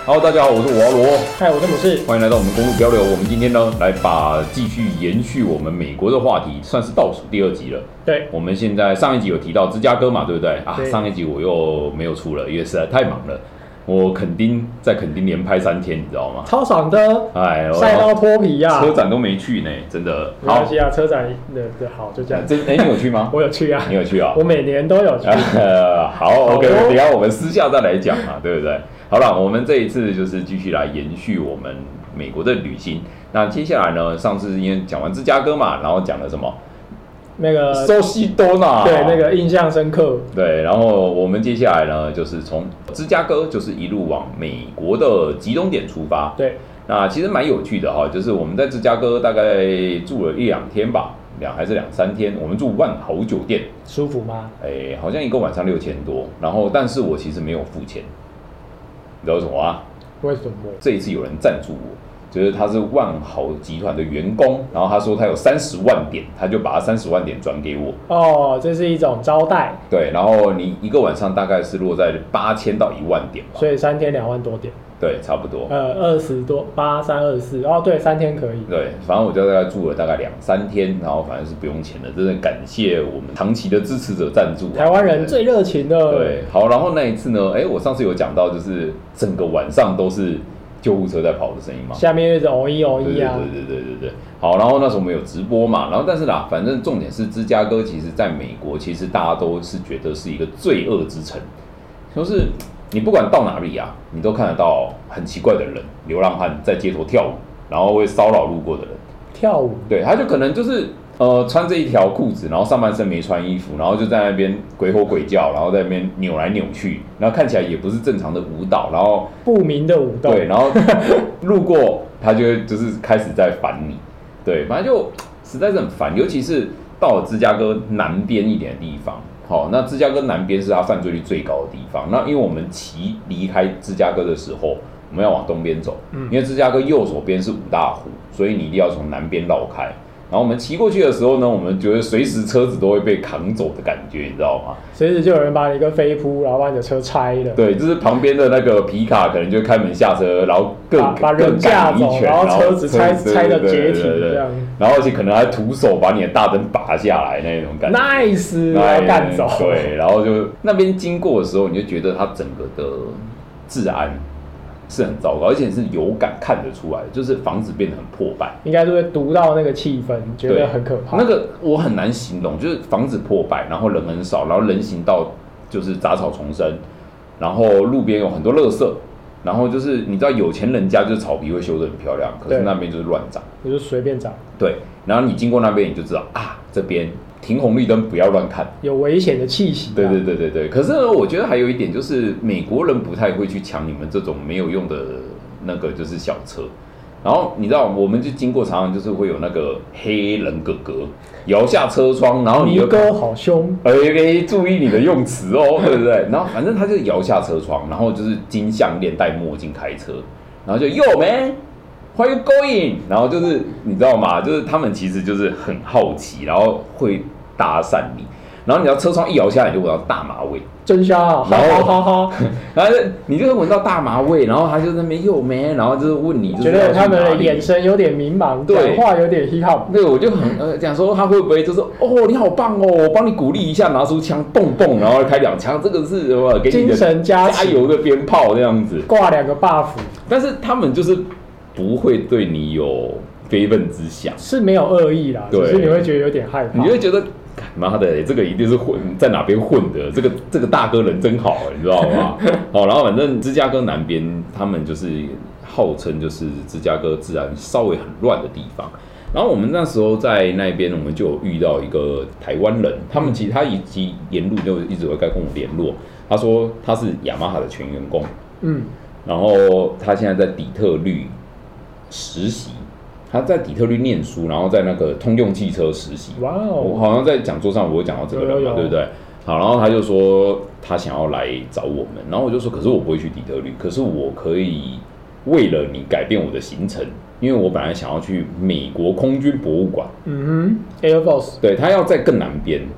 Hello， 大家好，我是瓦罗。 嗨，我是姆士。 欢迎来到我们公路漂流。我们今天呢，来继续延续我们美国的话题，算是倒数第2集了。 对， 我们现在上一集有提到芝加哥嘛，对不对？ 对上一集我又没有出了，因为实在太忙了。我在垦丁连拍3天，你知道吗？ 超爽的， 哎， 晒到脱皮呀！ 车展都没去呢，真的。 没关系啊，车展的好就这样。 你有去吗？ 我有去啊。 你有去啊？ 我每年都有去。 好 ，OK， 等一下我们私下再来讲嘛，对不对？好了，我们这一次就是继续来延续我们美国的旅行。那接下来呢，上次因为讲完芝加哥嘛，然后讲了什么？ 那个苏西多纳， 对，那个印象深刻。 对，然后我们接下来呢，就是从芝加哥，就是一路往美国的集中点出发。 对， 那其实蛮有趣的哈，就是我们在芝加哥大概住了1-2天吧，还是2、3天，我们住万豪酒店， 舒服吗？ 好像一个晚上6000多，然后但是我其实没有付钱，你知道为什么啊？ 为什么？ 这一次有人赞助我。就是他是万豪集团的员工，然后他说他有30万点，他就把他30万点转给我。 哦，这是一种招待。 对，然后你一个晚上大概是落在8000到1万点吧。 所以3天2万多点。 对，差不多。 20多，8324。哦，对，3天可以。 对，反正我就大概住了大概2、3天，然后反正是不用钱的，真的感谢我们长期的支持者赞助。 台湾人最热情的。 对，好，然后那一次呢，我上次有讲到，就是整个晚上都是救护车在跑的声音嘛， 下面一直哦一哦一啊， 对，好，然后那时候我们有直播嘛，然后但是啦，反正重点是芝加哥，其实在美国，其实大家都是觉得是一个罪恶之城，就是你不管到哪里啊，你都看得到很奇怪的人，流浪汉在街头跳舞，然后会骚扰路过的人。 跳舞， 对，他就可能就是穿着一条裤子，然后上半身没穿衣服，然后就在那边鬼吼鬼叫，然后在那边扭来扭去，然后看起来也不是正常的舞蹈，然后不明的舞动， 对，然后路过他就是开始在烦你，对，反正就实在是很烦，尤其是到了芝加哥南边一点的地方，好，那芝加哥南边是它犯罪率最高的地方，那因为我们离开芝加哥的时候，我们要往东边走，因为芝加哥右手边是五大湖，所以你一定要从南边绕开。然后我们骑过去的时候呢，我们觉得随时车子都会被扛走的感觉，你知道吗？ 随时就有人把你一个飞扑，然后把你的车拆了。 对，就是旁边的那个皮卡可能就开门下车，然后把人架走，然后车子拆的解体这样。 然后而且可能还徒手把你的大灯拔下来那种感觉。 Nice， 然后干走。 对，然后就那边经过的时候，你就觉得它整个的治安是很糟糕，而且是有感看得出来，就是房子变得很破败， 应该是会读到那个气氛，觉得很可怕。 那个我很难形容，就是房子破败，然后人很少，然后人行道就是杂草丛生，然后路边有很多垃圾，然后就是你知道有钱人家就是草皮会修得很漂亮，可是那边就是乱长， 就是随便长。 对，然后你经过那边你就知道啊，这边停红绿灯不要乱看， 有危险的气息。 对。可是呢，我觉得还有一点就是，美国人不太会去抢你们这种没有用的那个就是小车。然后你知道，我们就经过常常就是会有那个黑人哥哥摇下车窗，然后你就哥好凶， 注意你的用词哦，对不对？然后反正他就摇下车窗，然后就是金项链戴墨镜开车，然后就 Yo man。Where you going？ 然后就是你知道吗？就是他们其实就是很好奇，然后会搭讪你，然后你要车窗一摇下来，你就闻到大麻味， 真香啊！ 然后然后你就会闻到大麻味，然后他就在那边又没，然后就是问你， 觉得他们的眼神有点迷茫，讲话有点 hip hop。 对，我就很讲说他会不会就是哦你好棒哦，我帮你鼓励一下，拿出枪蹦蹦，然后开2枪，这个是给你的精神加油的鞭炮这样子， 挂2个 buff。但是他们就是不会对你有非分之想， 是没有恶意啦，只是你会觉得有点害怕， 你会觉得妈的，这个一定是在哪边混的，这个大哥人真好，你知道吗？好，然后反正芝加哥南边他们就是号称就是芝加哥治安稍微很乱的地方。然后我们那时候在那边，我们就有遇到一个台湾人，他们其实他沿路就一直会跟我联络，他说他是雅马哈的全员工，然后他现在在底特律实习，他在底特律念书，然后在那个通用汽车实习。 哇哦！ 我好像在讲座上我有讲到这个人嘛，对不对？好，然后他就说他想要来找我们，然后我就说，可是我不会去底特律，可是我可以为了你改变我的行程，因为我本来想要去美国空军博物馆。 Air Force。 对，他要在更南边，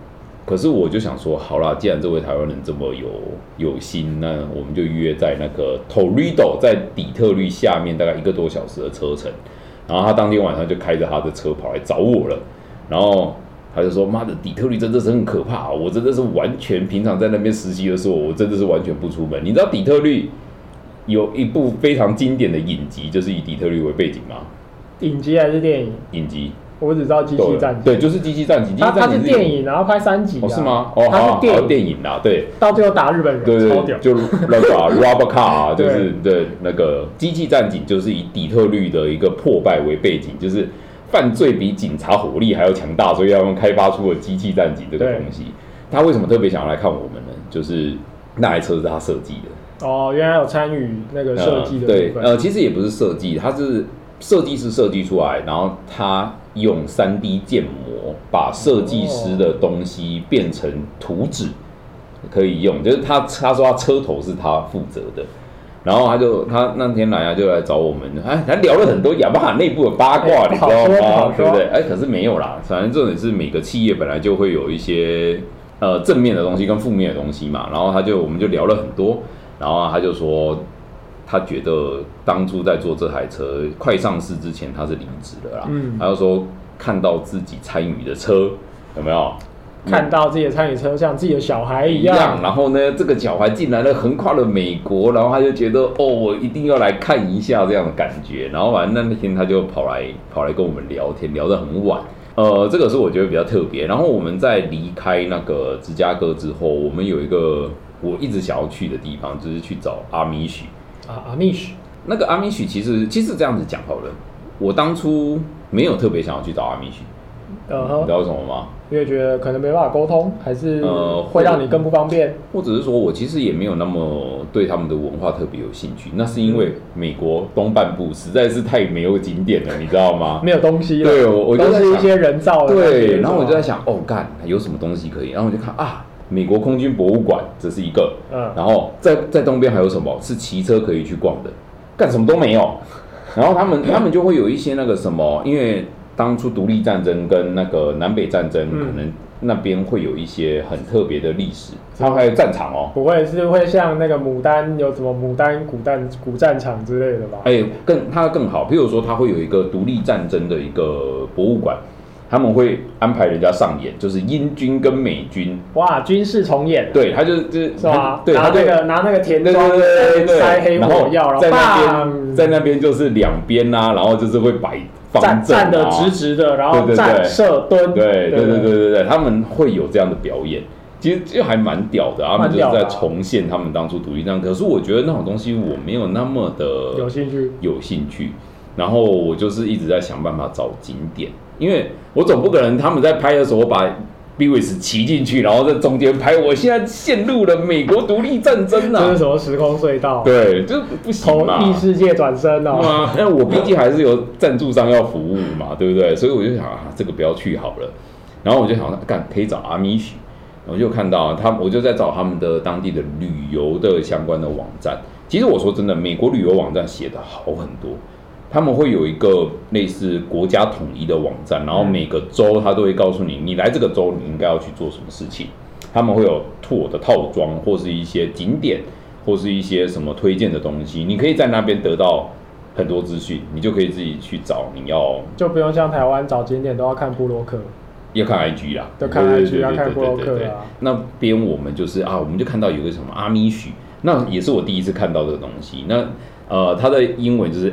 可是我就想说，好啦，既然这位台湾人这么有心，那我们就约在那个 Toledo， 在底特律下面大概1个多小时的车程。然后他当天晚上就开着他的车跑来找我了，然后他就说：“妈的，底特律真的是很可怕，我真的是完全平常在那边实习的时候，我真的是完全不出门。你知道底特律有一部非常经典的影集，就是以底特律为背景吗？ 影集还是电影？ 影集。 我只知道《机器战警》， 对，就是《机器战警》。 它是电影，然后拍3集、啊。 哦，是吗？哦， 它是电影啦，对。 到最后打日本人， 对超屌。 就那个 Robert Car 就是对那个《机器战警》，就是以底特律的一个破败为背景，就是犯罪比警察火力还要强大，所以他们开发出了机器战警这个东西。他为什么特别想要来看我们呢？就是那台车是他设计的。 哦，原来有参与那个设计的部分。 对，其实也不是设计，它是设计师设计出来，然后他用3D 建模把设计师的东西变成图纸，可以用。就是他说他车头是他负责的，然后他那天来就来找我们，他聊了很多雅马哈内部的八卦，你知道吗？对不对？可是没有啦，反正重点是每个企业本来就会有一些正面的东西跟负面的东西嘛，然后我们就聊了很多，然后他就说。他觉得当初在做这台车快上市之前，他是离职的啦。他就说看到自己参与的车有没有？ 看到自己的参与车像自己的小孩一样。 然后呢，这个小孩竟然呢横跨了美国，然后他就觉得我一定要来看一下这样的感觉。然后反正那天他就跑来跟我们聊天，聊得很晚。这个是我觉得比较特别。然后我们在离开那个芝加哥之后，我们有一个我一直想要去的地方，就是去找阿米许。 阿米许， 那个阿米许其实这样子讲好了，我当初没有特别想要去找阿米许，你知道为什么吗？ 因为觉得可能没办法沟通，还是会让你更不方便， 或者是说我其实也没有那么对他们的文化特别有兴趣，那是因为美国东半部实在是太没有景点了，你知道吗？ 没有东西了， 对，我就在想都是一些人造的， 对，然后我就在想，干有什么东西可以，然后我就看美国空军博物馆，这是一个，然后在东边还有什么是骑车可以去逛的？干什么都没有。然后他们就会有一些那个什么，因为当初独立战争跟那个南北战争，可能那边会有一些很特别的历史，它还有战场哦。 不会是会像那个牡丹有什么牡丹古战场之类的吧？ 它更好，譬如说它会有一个独立战争的一个博物馆。他们会安排人家上演，就是英军跟美军， 哇，军事重演。 对，他就是吧？ 对， 拿那个田装，塞黑火药，然后在那边就是两边啊，然后就是会摆方阵站得直直的，然后站射蹲， 对，他们会有这样的表演，其实就还蛮屌的，他们就是在重现他们当初独立战。可是我觉得那种东西我没有那么的有兴趣，然后我就是一直在想办法找景点。因为我总不可能他们在拍的时候把 Lewis 骑进去，然后在中间拍。我现在陷入了美国独立战争啊！ 这是什么时空隧道？ 对，就是不行嘛。 从异世界转身哦。 因为我毕竟还是有赞助商要服务嘛，对不对？所以我就想这个不要去好了。然后我就想可以找阿米许，我就看到我就在找他们的当地的旅游的相关的网站。其实我说真的，美国旅游网站写的好很多。他们会有一个类似国家统一的网站，然后每个州他都会告诉你，你来这个州你应该要去做什么事情。他们会有tour的套装，或是一些景点，或是一些什么推荐的东西，你可以在那边得到很多资讯，你就可以自己去找你要， 就不用像台湾找景点都要看部落客， 要看 IG 啦， 要看 IG， 要看部落客啊。 那边我们就是我们就看到有个什么阿米许，那也是我第一次看到这个东西。那它的英文就是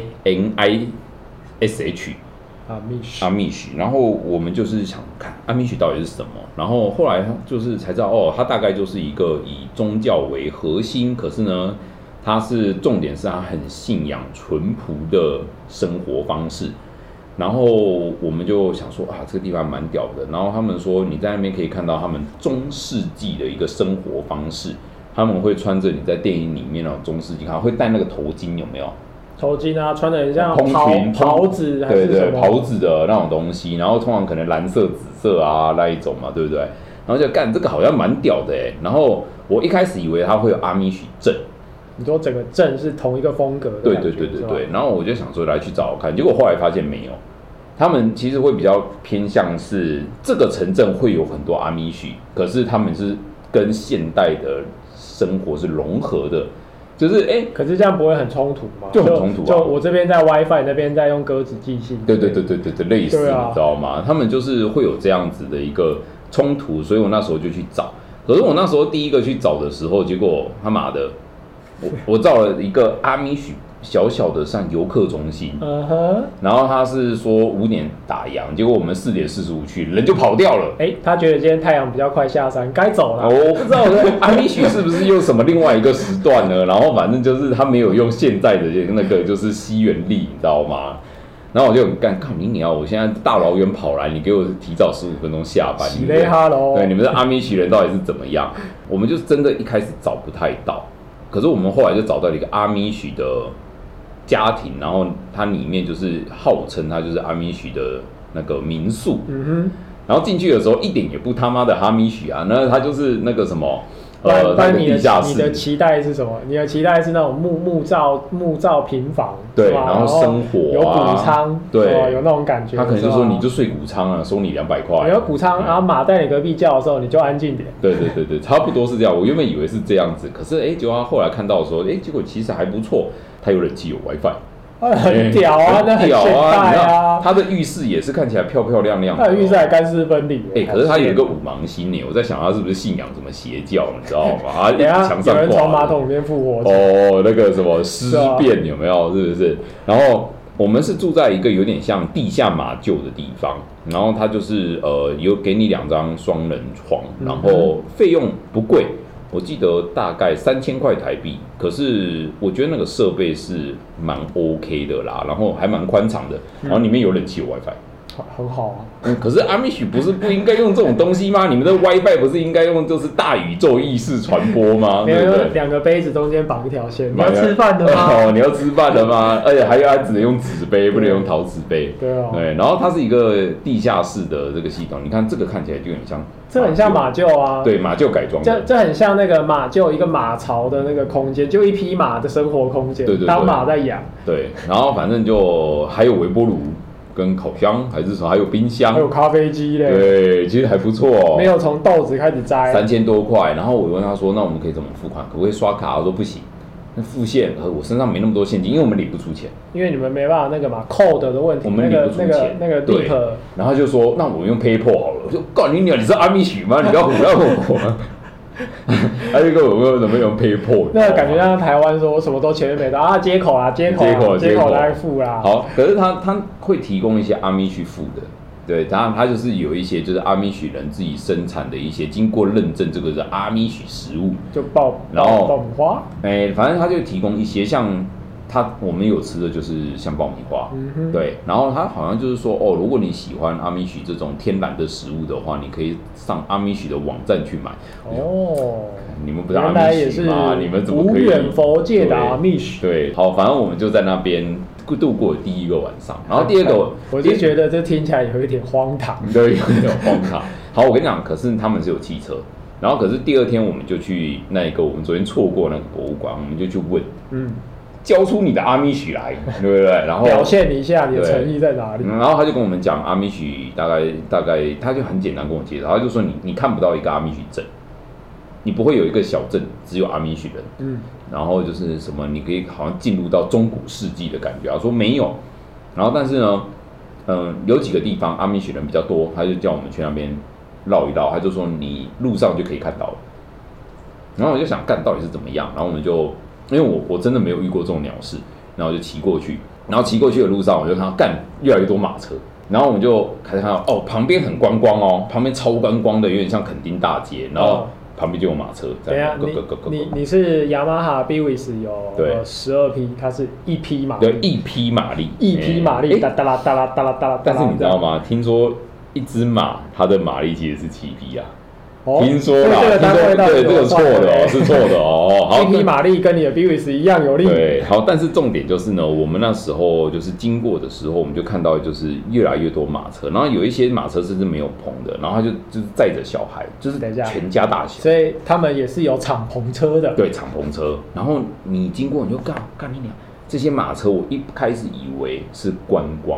AMISH， 阿米许。然后我们就是想看阿米许到底是什么，然后后来就是才知道它大概就是一个以宗教为核心，可是呢，它是重点是它很信仰淳朴的生活方式。然后我们就想说这个地方蛮屌的。然后他们说你在那边可以看到他们中世纪的一个生活方式。他们会穿着你在电影里面那种中世纪，会戴那个头巾，有没有？ 头巾啊，穿的很像袍子还是什么？ 对，袍子的那种东西，然后通常可能蓝色、紫色啊那一种嘛，对不对？然后就这个好像蛮屌的哎。然后我一开始以为它会有阿米许镇， 你说整个镇是同一个风格的？ 对。然后我就想说来去找看，结果后来发现没有， 他们其实会比较偏向是这个城镇会有很多阿米许，可是他们是跟现代的生活是融合的。就是可是这样不会很冲突吗？ 就很冲突啊！ 就我这边在 WiFi， 那边在用鸽子寄信。 对，类似，你知道吗？他们就是会有这样子的一个冲突，所以我那时候就去找。可是我那时候第一个去找的时候，结果他妈的，我找了一个阿米许小小的像游客中心，然后他是说5点打烊，结果我们4点45去，人就跑掉了。 他觉得今天太阳比较快下山，该走了。 我不知道阿米许是不是用什么另外一个时段呢？然后反正就是他没有用现在的那个就是西元历，你知道吗？然后我就很干，靠你我现在大老远跑来，你给我提早15分钟下班。对，你们的阿米许人到底是怎么样？我们就真的一开始找不太到，可是我们后来就找到了一个阿米许的家庭，然后它里面就是号称它就是阿米许的那个民宿，然后进去的时候一点也不他妈的阿米许啊，那它就是那个什么， 那个地下室。你的期待是什么？你的期待是那种木造平房， 对，然后生活有谷仓， 对， 有那种感觉。 他可能就说你就睡谷仓啊，收你200块。 有谷仓，然后马在你隔壁叫的时候，你就安静点。 对，差不多是这样。我原本以为是这样子，可是结果他后来看到的时候，结果其实还不错，它有冷气，有 WiFi。 很屌啊，那很现代啊！ 它的浴室也是看起来漂漂亮亮的， 它的浴室还干湿分离。 可是它有一个五芒星呢，我在想它是不是信仰什么邪教，你知道吗？墙上有人从马桶里面复活。 那个什么尸变有没有？是不是？然后我们是住在一个有点像地下马厩的地方，然后它就是有给你2张双人床，然后费用不贵。我记得大概3000块台币，可是我觉得那个设备是蛮 OK 的啦，然后还蛮宽敞的，然后里面有冷气有 WiFi， 很好啊。 可是阿米许不是不应该用这种东西吗？你们的 WiFi 不是应该用就是大宇宙意识传播吗？ 没有，2个杯子中间绑一条线。你要吃饭的吗？ 你要吃饭的吗？而且还只能用纸杯，不能用陶瓷杯。 对。 然后它是一个地下室的这个系统，你看这个看起来就很像。 这很像马厩啊， 对，马厩改装的。 这很像那个马厩一个马槽的那个空间，就一匹马的生活空间， 对， 当马在养。 对，然后反正就还有微波炉跟烤箱，还是什么，还有冰箱， 还有咖啡机嘞。 对，其实还不错没有从豆子开始摘 ，3000多块。然后我问他说：“那我们可以怎么付款？可不可以刷卡？”我说：“不行。”那付现，我身上没那么多现金，因为我们领不出钱。 因为你们没办法那个嘛 code 的问题， 我们领不出钱。 那个立刻， 然后就说：“那我们用 PayPal 好了。”我说：“告你是阿米许吗？你不要唬我。”还有一个我怎么用 PayPal？ 那感觉像台湾说什么都前面没到啊，接口来付啦。 好，可是他会提供一些阿米许付的。对，它就是有一些就是阿米许人自己生产的一些经过认证，这个是阿米许食物， 就爆米花， 反正他就提供一些像我们有吃的就是像爆米花，对，然后他好像就是说如果你喜欢阿米许这种天然的食物的话，你可以上阿米许的网站去买。你们不是阿米许吗？你们怎么可以？ 无远佛界的阿米许。 对，好，反正我们就在那边度过第一个晚上，然后第二个， 我就觉得这听起来有一点荒唐， 对，有点荒唐。好，我跟你讲，可是他们是有汽车，然后可是第2天我们就去那一个我们昨天错过那个博物馆，我们就去问，交出你的阿米许来，对不对？然后表现一下你的诚意在哪里。 然后他就跟我们讲阿米许大概，他就很简单跟我介绍，他就说你看不到一个阿米许镇。你不会有一个小镇只有阿米许人，然后就是什么，你可以好像进入到中古世纪的感觉。他说没有，然后但是呢，有几个地方阿米许人比较多，他就叫我们去那边绕一绕，他就说你路上就可以看到了。然后我就想干到底是怎么样，然后我们就因为我真的没有遇过这种鸟事，然后就骑过去，然后骑过去的路上我就看到干越来越多马车。然后我们就开始看到旁边很观光旁边超观光的，有点像垦丁大街，然后旁边就有马车。 等一下，你是雅马哈 BWS 有12匹，它是1匹马力， 对，1匹马力 ，1匹马力，哒哒啦哒啦哒啦哒啦。 但是你知道吗？听说一只马它的马力其实是7匹啊。听说啦，对，这个错的是错的好 ，1匹马力跟你的 BWS 一样有力。 对，好，但是重点就是呢，我们那时候就是经过的时候，我们就看到就是越来越多马车，然后有一些马车甚至没有棚的，然后他就是载着小孩，就是全家大小， 所以他们也是有敞篷车的。 对，敞篷车。然后你经过你就干你娘，这些马车我一开始以为是观光，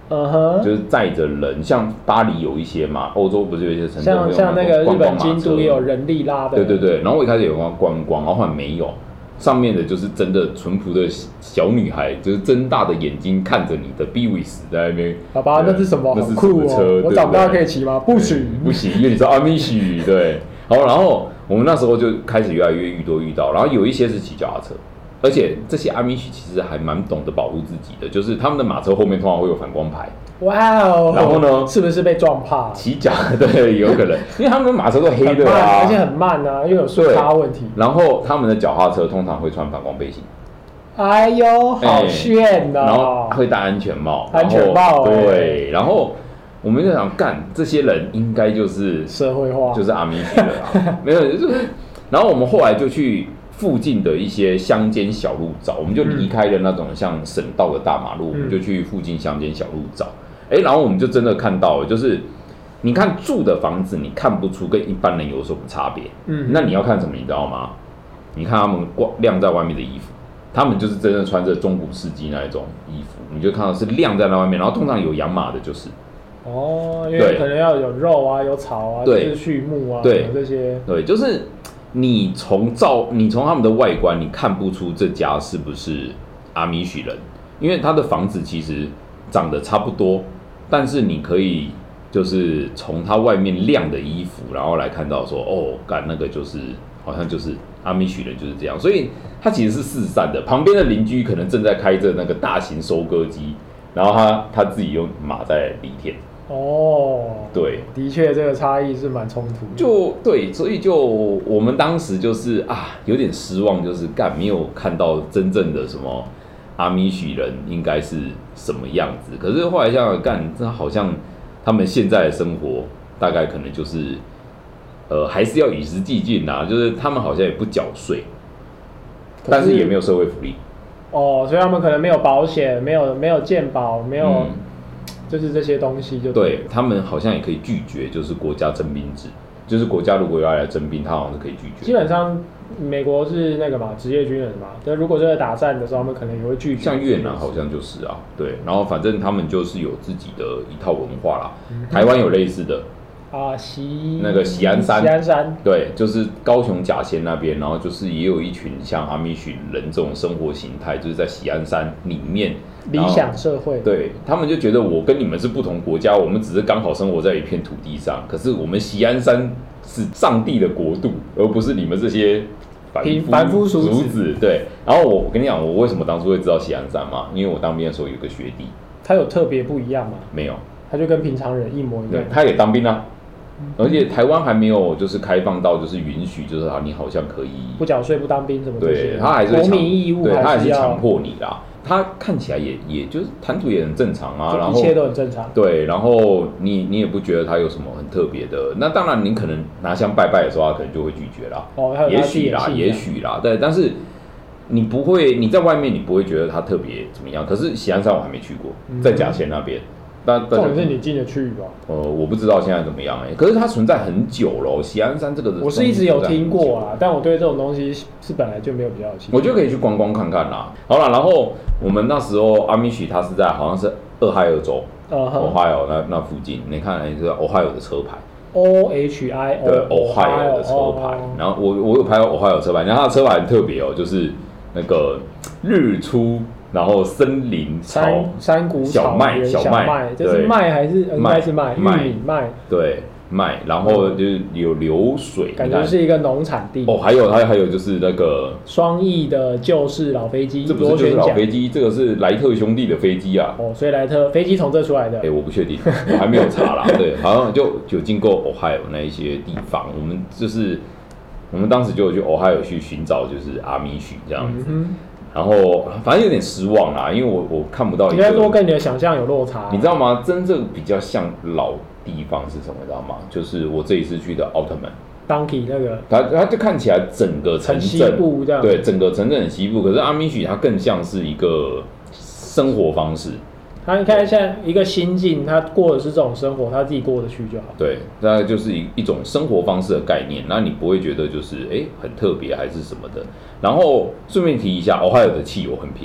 就是载着人，像巴黎有一些嘛，欧洲不是有一些城镇像那个日本京都也有人力拉的， 对，然后我一开始有观光，然后后来没有。上面的就是真的淳朴的小女孩，就是睁大的眼睛看着你的 Be with 在那边。 爸爸，那是什么？ 那是酷哦！ 车， 我长大可以骑吗？不行， 因为你是阿米许。对，好，然后我们那时候就开始越来越遇到，然后有一些是骑脚踏车，而且这些阿米许其实还蛮懂得保护自己的，就是他们的马车后面通常会有反光牌。 哇哦！ 然后呢？ 是不是被撞怕？ 骑脚对，有可能，因为他们的马车都黑的啊， 而且很慢啊，又有速差问题。 然后他们的脚踏车通常会穿反光背心。 哎呦，好炫哦！ 然后会戴安全帽， 对， 然后我们就想干，这些人应该就是社会化， 就是阿米许的啦，没有，就是，然后我们后来就去附近的一些乡间小路找，我们就离开了那种像省道的大马路，我们就去附近乡间小路找。然后我们就真的看到了，就是你看住的房子，你看不出跟一般人有什么差别。那你要看什么，你知道吗？你看他们晾在外面的衣服，他们就是真的穿着中古世纪那一种衣服，你就看到是晾在那外面，然后通常有养马的，就是。 因为可能要有肉啊，有草啊，就是畜牧啊， 对这些。 对，就是你从他们的外观，你看不出这家是不是阿米许人，因为他的房子其实长得差不多。但是你可以就是从他外面晾的衣服，然后来看到说，干那个就是好像就是阿米许人就是这样，所以他其实是四散的。旁边的邻居可能正在开着那个大型收割机，然后他自己用马在犁田。对， 的确这个差异是蛮冲突的。 就对，所以就我们当时就是有点失望，就是没有看到真正的什么。阿米许人应该是什么样子？可是后来想想干，这好像他们现在的生活大概可能就是，还是要与时俱进啦。就是他们好像也不缴税，但是也没有社会福利。 所以他们可能没有保险，没有健保，没有，就是这些东西就对他们好像也可以拒绝，就是国家征兵制，就是国家如果要来征兵，他好像是可以拒绝。 基本上。美国是那个嘛，职业军人嘛，但如果真的打战的时候，他们可能也会拒绝。 像越南好像就是啊，对，然后反正他们就是有自己的一套文化啦。台湾有类似的那个喜安山，对，就是高雄甲仙那边，然后就是也有一群像阿米许人这种生活形态，就是在喜安山里面理想社会。 对，他们就觉得我跟你们是不同国家，我们只是刚好生活在一片土地上，可是我们喜安山是上帝的国度，而不是你们这些凡夫俗子。对，然后我跟你讲，我为什么当初会知道喜安山嘛？因为我当兵的时候有个学弟， 他有特别不一样吗？ 没有， 他就跟平常人一模一样。 对，他也当兵啊。而且台湾还没有就是开放到就是允许，就是你好像可以不缴税不当兵什么这些， 对，他还是国民义务， 对，他还是强迫你啦。他看起来也就是谈吐也很正常啊，然后一切都很正常。 对，然后你也不觉得他有什么很特别的。那当然，你可能拿香拜拜的时候，他可能就会拒绝啦。也许啦，对，但是你不会，你在外面你不会觉得他特别怎么样。可是喜安山我还没去过，在甲仙那边。 重点是你进得去吧？ 我不知道现在怎么样可是它存在很久了。喜安山这个我是一直有听过啊，但我对这种东西是本来就没有比较有兴趣。 我觉得可以去观光看看啦。好啦，然后我们那时候阿米许他是在好像是俄亥俄州，Ohio 那附近，你看是 Ohio 的车牌。 OHIO 对 Ohio 的车牌，然后我有拍到 Ohio 的车牌，然后它的车牌很特別就是那个日出。然后森林草、 山谷小麦， 这是麦还是应该是麦？玉米麦， 对麦，然后就是有流水， 感觉是一个农产地。 还有就是那个双翼的旧式老飞机， 这不是就是老飞机，这个是莱特兄弟的飞机啊。 所以莱特飞机从这出来的。 我不确定，我还没有查啦。对，好像就有经过 Ohio 那一些地方，我们当时就有去 Ohio 去寻找，就是阿米许这样子。然后反正有点失望啦，因为我看不到一个， 应该说跟你的想象有落差。 你知道吗？真正比较像老地方是什么？你知道吗？就是我这一次去的奥特曼 Donkey 那个， 它就看起来整个城镇这样， 对，整个城镇很西部。可是阿米许它更像是一个生活方式。 他你看现在一个心境，他过的是这种生活，他自己过得去就好。 对，大概就是一种生活方式的概念，那你不会觉得就是很特别还是什么的。然后顺便提一下，Ohio 的汽油很便宜，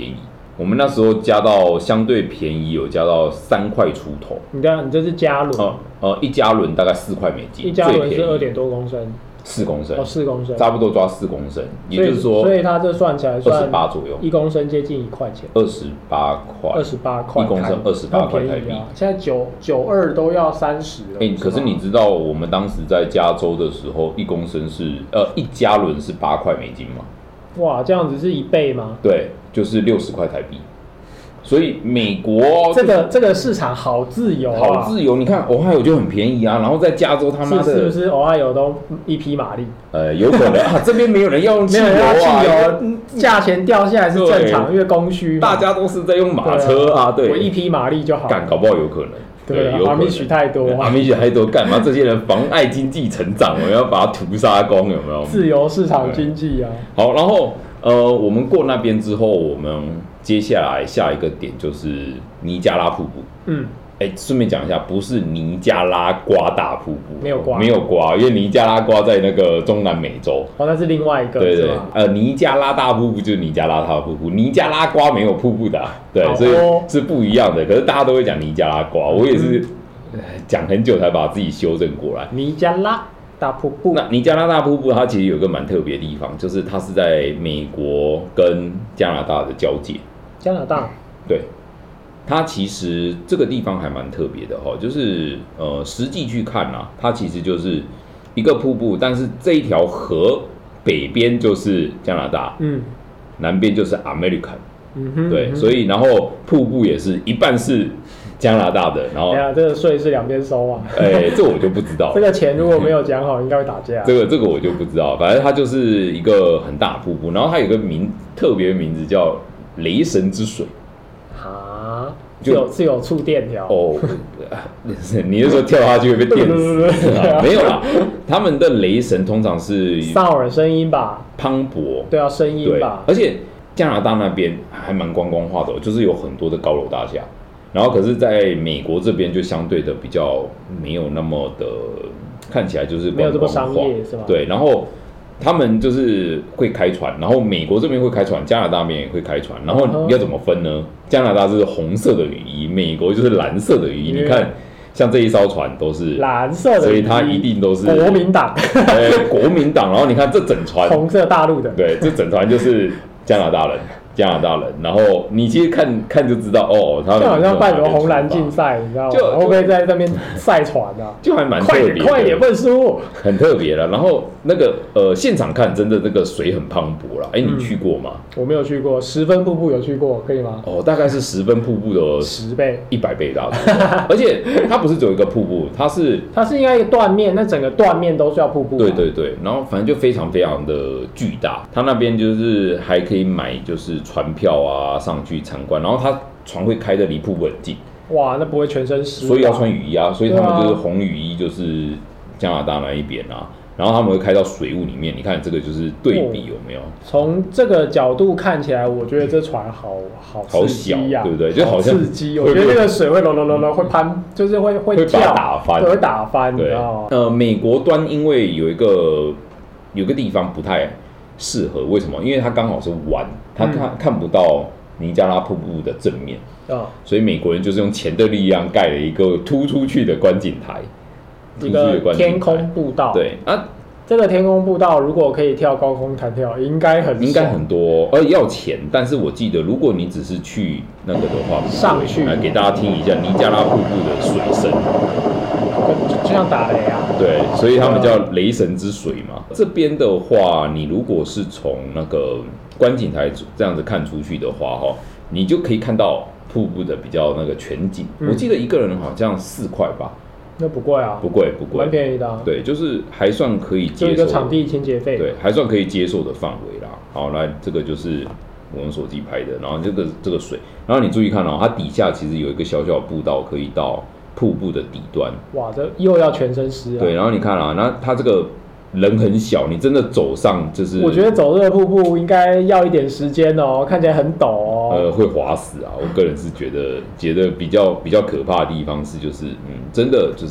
我们那时候加到相对便宜，有加到3块出头。 你这是加仑？ 一加仑大概4块美金， 一加仑是2点多公升 ，4公升。 4公升， 差不多抓4公升，也就是说， 所以它这算起来算 28左右 ，1公升接近1块钱 ，28块 ，1公升 28块台币。 现在92都要30了。 可是你知道我们当时在加州的时候，1公升是1加仑是8块美金吗？ 哇，这样子是1倍吗？ 对，就是60块台币。所以美国这个市场好自由啊， 好自由。你看Ohio就很便宜啊，然后在加州他妈的是不是Ohio都1匹马力？ 有可能啊，这边没有人要用汽油价钱掉下来是正常，因为供需大家都是在用马车啊，对， 我1匹马力就好， 搞不好有可能。 对，阿米许太多， 阿米许太多，干嘛？这些人妨碍经济成长，我们要把它屠杀光，有没有？ 自由市场经济啊。 好，然后我们过那边之后，我们接下来下一个点就是尼加拉瀑布。顺便讲一下，不是尼加拉瓜大瀑布，没有瓜，因为尼加拉瓜在那个中南美洲。 那是另外一个。 对，尼加拉大瀑布就是尼加拉大瀑布，尼加拉瓜没有瀑布的，对，所以是不一样的。可是大家都会讲尼加拉瓜，我也是讲很久才把自己修正过来。 尼加拉大瀑布， 那尼加拉大瀑布它其实有一个蛮特别的地方，就是它是在美国跟加拿大的交界。 加拿大？ 对。它其实这个地方还蛮特别的哈，就是实际去看啊，它其实就是一个瀑布，但是这一条河北边就是加拿大，南边就是 American，对，所以然后瀑布也是一半是加拿大的，然后这个税是2边收啊， 这我就不知道， 这个钱如果没有讲好，应该会打架。 这个我就不知道，反正它就是一个很大的瀑布，然后它有个特别的名字叫雷神之水。 是有触电条你是说跳下去会被电死？没有啦，他们的雷神通常是萨尔声音吧， 磅礴， 对啊，声音吧。 而且加拿大那边还蛮观光化的，就是有很多的高楼大厦，然后可是在美国这边就相对的比较没有那么的，看起来就是没有这么商业是吧？ 对，然后他们就是会开船，然后美国这边会开船，加拿大那边也会开船，然后要怎么分呢？加拿大是红色的雨衣，美国就是蓝色的雨衣。你看，像这一艘船都是蓝色的， 所以它一定都是国民党。 国民党。然后你看这整船红色大陆的， 对，这整船就是加拿大人。然后你其实看就知道他们好像办什么红蓝竞赛，你知道吗？会不会在那边赛船啊？ 就还蛮特别的， 快点问输， 很特别了。然后那个现场看真的那个水很磅礴啦。你去过吗？ 我没有去过，10分瀑布有去过，可以吗？ 大概是10分瀑布的 10倍、 100倍大。而且它不是只有一个瀑布，它是应该一个断面，那整个断面都是要瀑布。 对，然后反正就非常非常的巨大。它那边就是还可以买就是船票啊上去参观，然后它船会开的离瀑布很近。 哇， 那不会全身湿？ 所以要穿雨衣啊，所以他们就是红雨衣，就是加拿大那一边啊。然后他们会开到水雾里面，你看这个就是对比有没有？ 从这个角度看起来，我觉得这船好小，对不对？ 就好像刺激，我觉得那个水会会攀，就是会把它打翻， 会打翻，你知道吗？ 美国端因为有一个地方不太适合，为什么？因为它刚好是湾，它看不到尼加拉瀑布的正面，所以美国人就是用钱的力量盖了一个突出去的观景台。 一个天空步道， 对啊， 这个天空步道如果可以跳高空弹跳，应该很多，要钱。但是我记得，如果你只是去那个的话， 上去来给大家听一下尼加拉瀑布的水声， 就像打雷啊。 对，所以他们叫雷神之水嘛。这边的话，你如果是从那个观景台这样子看出去的话，你就可以看到瀑布的比较那个全景。我记得一个人好像4块吧。 那不贵啊， 不贵， 蛮便宜的。 对，就是还算可以接受， 就一个场地清洁费， 对，还算可以接受的范围啦。好，来这个就是我用手机拍的，然后这个水，然后你注意看它底下其实有一个小小的步道可以到瀑布的底端。 哇，这又要全身湿啊。 对，然后你看那它这个人很小，你真的走上就是， 我觉得走这个瀑布应该要一点时间看起来很陡会滑死啊！我个人是觉得比较可怕的地方是就是真的就是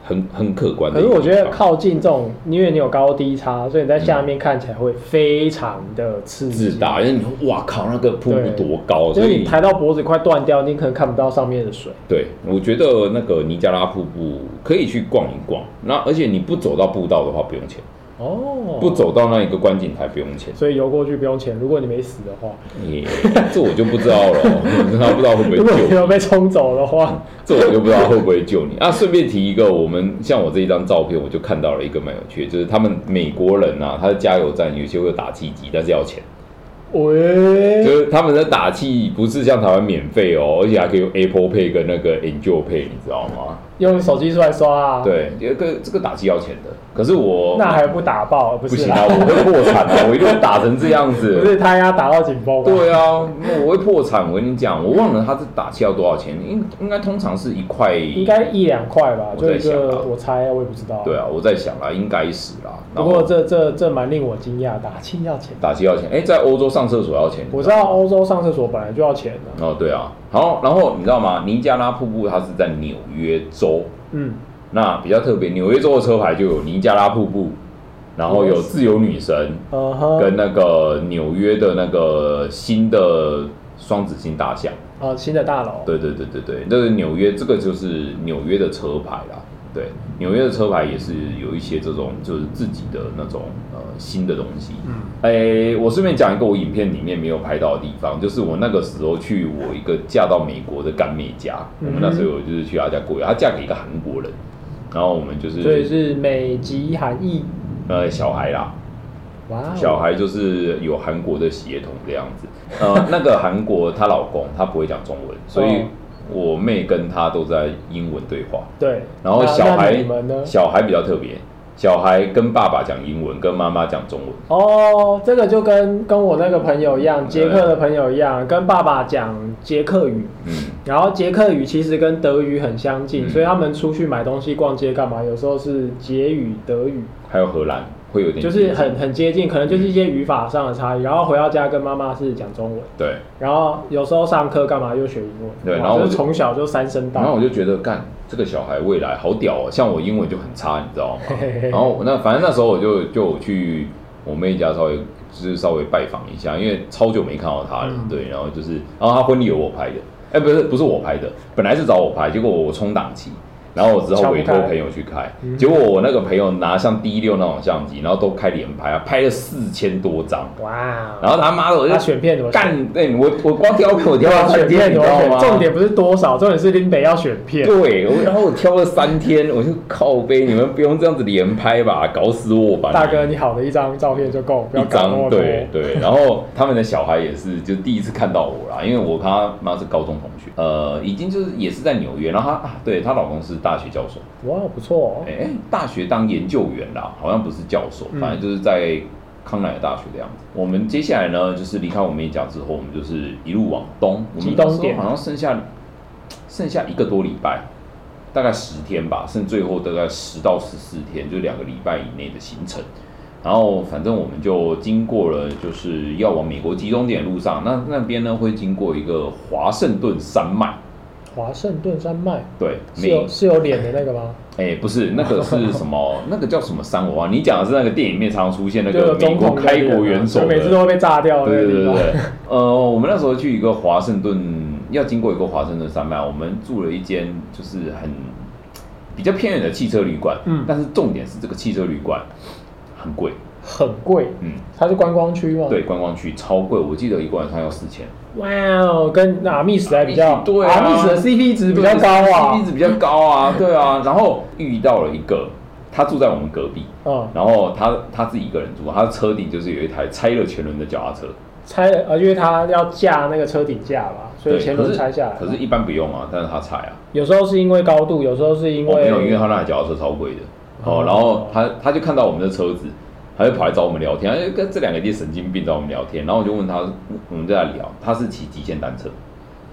很可观的。 可是我觉得靠近这种，因为你有高低差，所以你在下面看起来会非常的刺激。 自大，因为你说哇靠，那个瀑布多高， 所以你抬到脖子快断掉，你可能看不到上面的水。 对，我觉得那个尼加拉瀑布可以去逛一逛，那而且你不走到步道的话不用钱。哦，不走到那一个观景台不用钱， 所以游过去不用钱。如果你没死的话， 这我就不知道了，他不知道会不会救你。 如果你有被冲走的话， 这我就不知道会不会救你。啊，顺便提一个，像我这一张照片，我就看到了一个蛮有趣的，就是他们美国人啊，他的加油站有些会有打气机，但是要钱。就是他们的打气不是像台湾免费哦，而且还可以用 Apple Pay 跟那个 Angel Pay， 你知道吗？ 用手机出来刷啊。对， 这个打气要钱的。可是那还不打爆？不行啊，我会破产啊！我一定会打成这样子。 不是他要打到紧绷。 对啊，我会破产。我跟你讲，我忘了他这打气要多少钱，应该通常是1块， 应该1-2块吧。就一个我猜，我也不知道。 对啊，我在想啦，应该是啦。 不过这蛮令我惊讶，打气要钱。 打气要钱，在欧洲上厕所要钱。 我知道欧洲上厕所本来就要钱的。 哦，对啊。好，然后你知道吗？尼加拉瀑布它是在纽约州。那比较特别，纽约州的车牌就有尼加拉瀑布，然后有自由女神，跟那个纽约的那个新的双子星大厦。 新的大楼。对， 这个纽约，这个就是纽约的车牌啦。对，纽约的车牌也是有一些这种就是自己的那种新的东西。我顺便讲一个我影片里面没有拍到的地方，就是我那个时候去我一个嫁到美国的干妹家，我们那时候就是去她家过夜，她嫁给一个韩国人，然后我们就是所以是美籍韩裔小孩啦。 哇， 小孩就是有韩国的血统这样子。那个韩国她老公他不会讲中文，所以我妹跟他都在英文对话。 对， 然后小孩比较特别，小孩跟爸爸讲英文，跟妈妈讲中文。 哦，这个就跟我那个朋友一样，捷克的朋友一样，跟爸爸讲捷克语。然后捷克语其实跟德语很相近，所以他们出去买东西、逛街干嘛，有时候是捷语、德语， 还有荷兰。会有点就是很接近，可能就是一些语法上的差异。然后回到家跟妈妈是讲中文， 对。 然后有时候上课干嘛又学英文， 对。然后就从小就3声道。 然后我就觉得，干这个小孩未来好屌哦！像我英文就很差，你知道吗？然后反正那时候我就去我妹家稍微拜访一下，因为超久没看到她了，对。然后她婚礼有我拍的，不是我拍的，本来是找我拍，结果我冲档期。然后我之后委托朋友去开，结果我那个朋友拿像 D6 那种相机，然后都开连拍，拍了4000多张。哇！然后他妈的，我就他选片怎么干？对，我光挑片，我挑了3天，你知道吗？ 重点不是多少，重点是林北要选片。 对，然后我挑了3天，我就靠背，你们不用这样子连拍吧，搞死我吧！ 大哥，你好的一张照片就够，不要搞那么多。 对。然后他们的小孩也是，就第一次看到我啦，因为我跟他妈是高中同学，已经就是也是在纽约，然后她老公是大学教授。 哇，不错哦！ 大学当研究员啦，好像不是教授，反正就是在康乃尔大学的样子。我们接下来呢，就是离开我们美甲之后，我们就是一路往东，我们那时候好像剩下1个多礼拜，大概10天吧，剩最后大概10到14天，就2个礼拜以内的行程。然后反正我们就经过了，就是要往美国集中点的路上，那边呢会经过一个华盛顿山脉。 华盛顿山脉， 对， 是有脸的那个吗？ 不是，那个是什么？那个叫什么山？我忘了。你讲的是那个电影里面常出现那个美国开国元首的， 每次都会被炸掉的。 对。我们那时候去一个华盛顿，要经过一个华盛顿山脉，我们住了一间就是比较偏远的汽车旅馆。但是重点是这个汽车旅馆很贵。 很贵，它是观光区吗？ 对，观光区超贵，我记得一个晚上要4000。 哇哦，跟阿密斯还比较， 对啊， 阿密斯的 CP 值比较高啊 ，CP 值比较高啊，对啊。然后遇到了一个，他住在我们隔壁，然后他自己一个人住，他的车顶就是有一台拆了前轮的脚踏车， 拆了，因为他要架那个车顶架吧，所以前轮拆下来。 可是一般不用啊，但是他拆啊。 有时候是因为高度，有时候是因为没有，因为他那台脚踏车超贵的然后他就看到我们的车子。他就跑来找我们聊天，跟这2个神经病找我们聊天，然后我就问他，我们在聊，他是骑极限单车，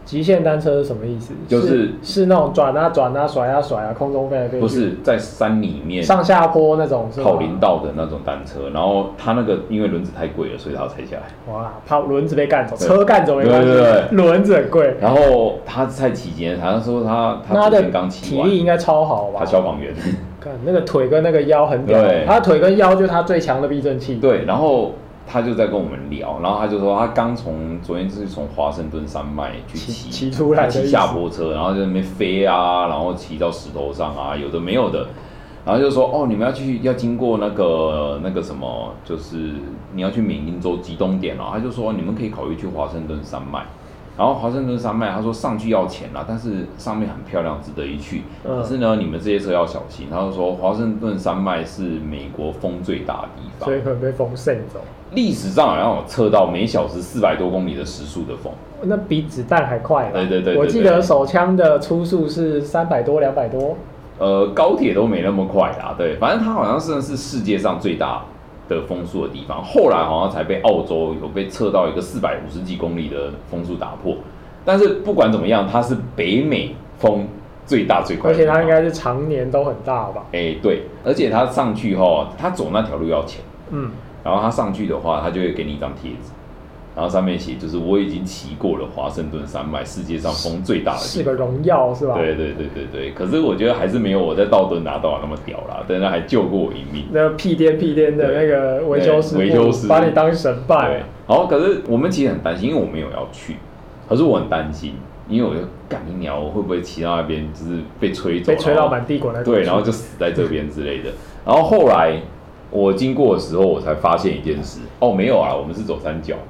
极限单车是什么意思？ 是那种转啊转啊甩啊甩啊，空中飞来飞去。 不是在山里面上下坡那种跑林道的那种单车，然后它那个因为轮子太贵了，所以它要拆下来。 哇，怕轮子被干走，车干走没关系，轮子很贵。 然后他在期间，他说他之前刚骑完，体力应该超好吧？ 他消防员， 看那个腿跟那个腰很屌，他腿跟腰就是他最强的避震器。 对，然后。他就在跟我们聊，然后他就说他刚昨天就是从华盛顿山脉去骑出来， 骑下坡车，然后在那边飞啊，然后骑到石头上啊，有的没有的，然后就说哦，你们要经过那个什么，就是你要去缅因州极东点哦，他就说你们可以考虑去华盛顿山脉。然后华盛顿山脉，他说上去要钱啦，但是上面很漂亮，值得一去。可是呢，你们这些车要小心。他就说华盛顿山脉是美国风最大的地方， 所以可能被风扇走。 历史上好像有测到每小时400多公里的时速的风， 那比子弹还快了。 对， 我记得手枪的初速是300多、200多。 高铁都没那么快啦。对，反正它好像是世界上最大的风速的地方，后来好像才被澳洲有被测到一个450几公里的风速打破。但是不管怎么样，它是北美风最大最快的地方， 而且它应该是常年都很大吧？ 对，而且它上去后，它走那条路要钱，然后它上去的话，它就会给你一张贴纸，然后上面写就是我已经骑过了华盛顿山脉，世界上风最大的地方， 是个荣耀是吧？ 对。可是我觉得还是没有我在道顿拿到那么屌啦，但是他还救过我一命。 那屁颠的那个维修师傅把你当神拜。 对，好，可是我们其实很担心，因为我没有要去，可是我很担心，因为我就干你鸟，我会不会骑到那边就是被吹走， 被吹到满地滚来滚去， 对，然后就死在这边之类的。然后后来我经过的时候，我才发现一件事，没有啊，我们是走山脚。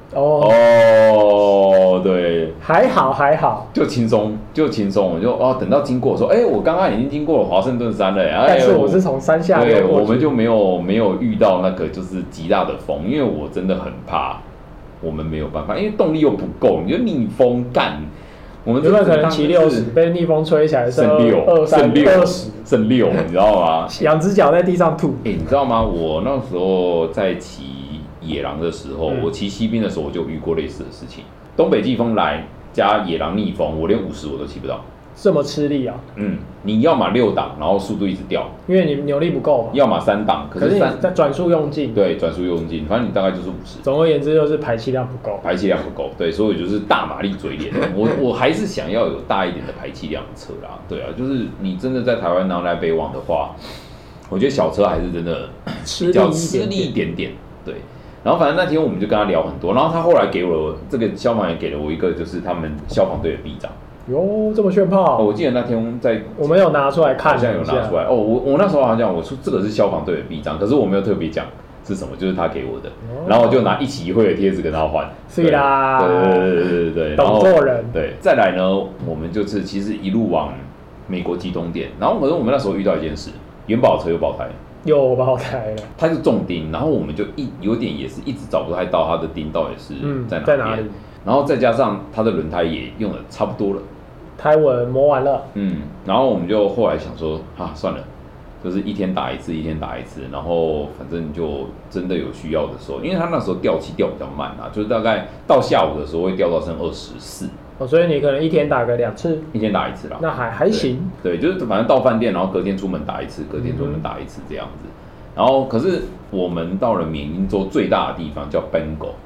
对， 还好， 就轻松，我就等到经过说，我刚刚已经经过了华盛顿山了， 但是我是从山下对，我们就没有遇到那个就是极大的风，因为我真的很怕，我们没有办法，因为动力又不够，你就逆风干。我们原本可能骑60，被逆风吹起来剩6，剩6，你知道吗？ 两只脚在地上吐。 你知道吗？我那时候在骑野狼的时候，我骑西滨的时候，我就遇过类似的事情。东北季风来加野狼逆风，我连50我都骑不到。 这么吃力啊？ 你要么6档，然后速度一直掉， 因为你扭力不够嘛。 要么3档，可是你在转速用尽。 对，转速用尽，反正你大概就是50。 总而言之，就是排气量不够。 对，所以就是大马力嘴脸。我还是想要有大一点的排气量的车啦。对啊，就是你真的在台湾南来北往的话，我觉得小车还是真的比较吃力一点点。对。然后反正那天我们就跟他聊很多，然后他后来给我这个消防员给了我一个就是他们消防队的臂章。 哟，这么炫炮！ 我记得那天我们有拿出来看， 好像有拿出来。我那时候好像我说这个是消防队的臂章，可是我没有特别讲是什么，就是他给我的，然后我就拿一期一会的贴纸跟他换。 是啦， 对， 懂做人。 对，再来呢，我们就是其实一路往美国极东点，然后可是我们那时候遇到一件事，元宝车又爆胎。 又爆胎了， 它是重钉，然后我们就有点也是一直找不太到它的钉到底是在哪里，然后再加上它的轮胎也用的差不多了， 胎纹磨完了， 然后我们就后来想说算了，就是一天打一次，然后反正就真的有需要的时候，因为它那时候掉气掉比较慢啊，就是大概到下午的时候会掉到剩24。 所以你可能一天打个2次， 一天打1次啦， 那还行。 对，就是反正到饭店，然后隔天出门打1次，隔天出门打1次这样子。然后可是我们到了缅因州最大的地方叫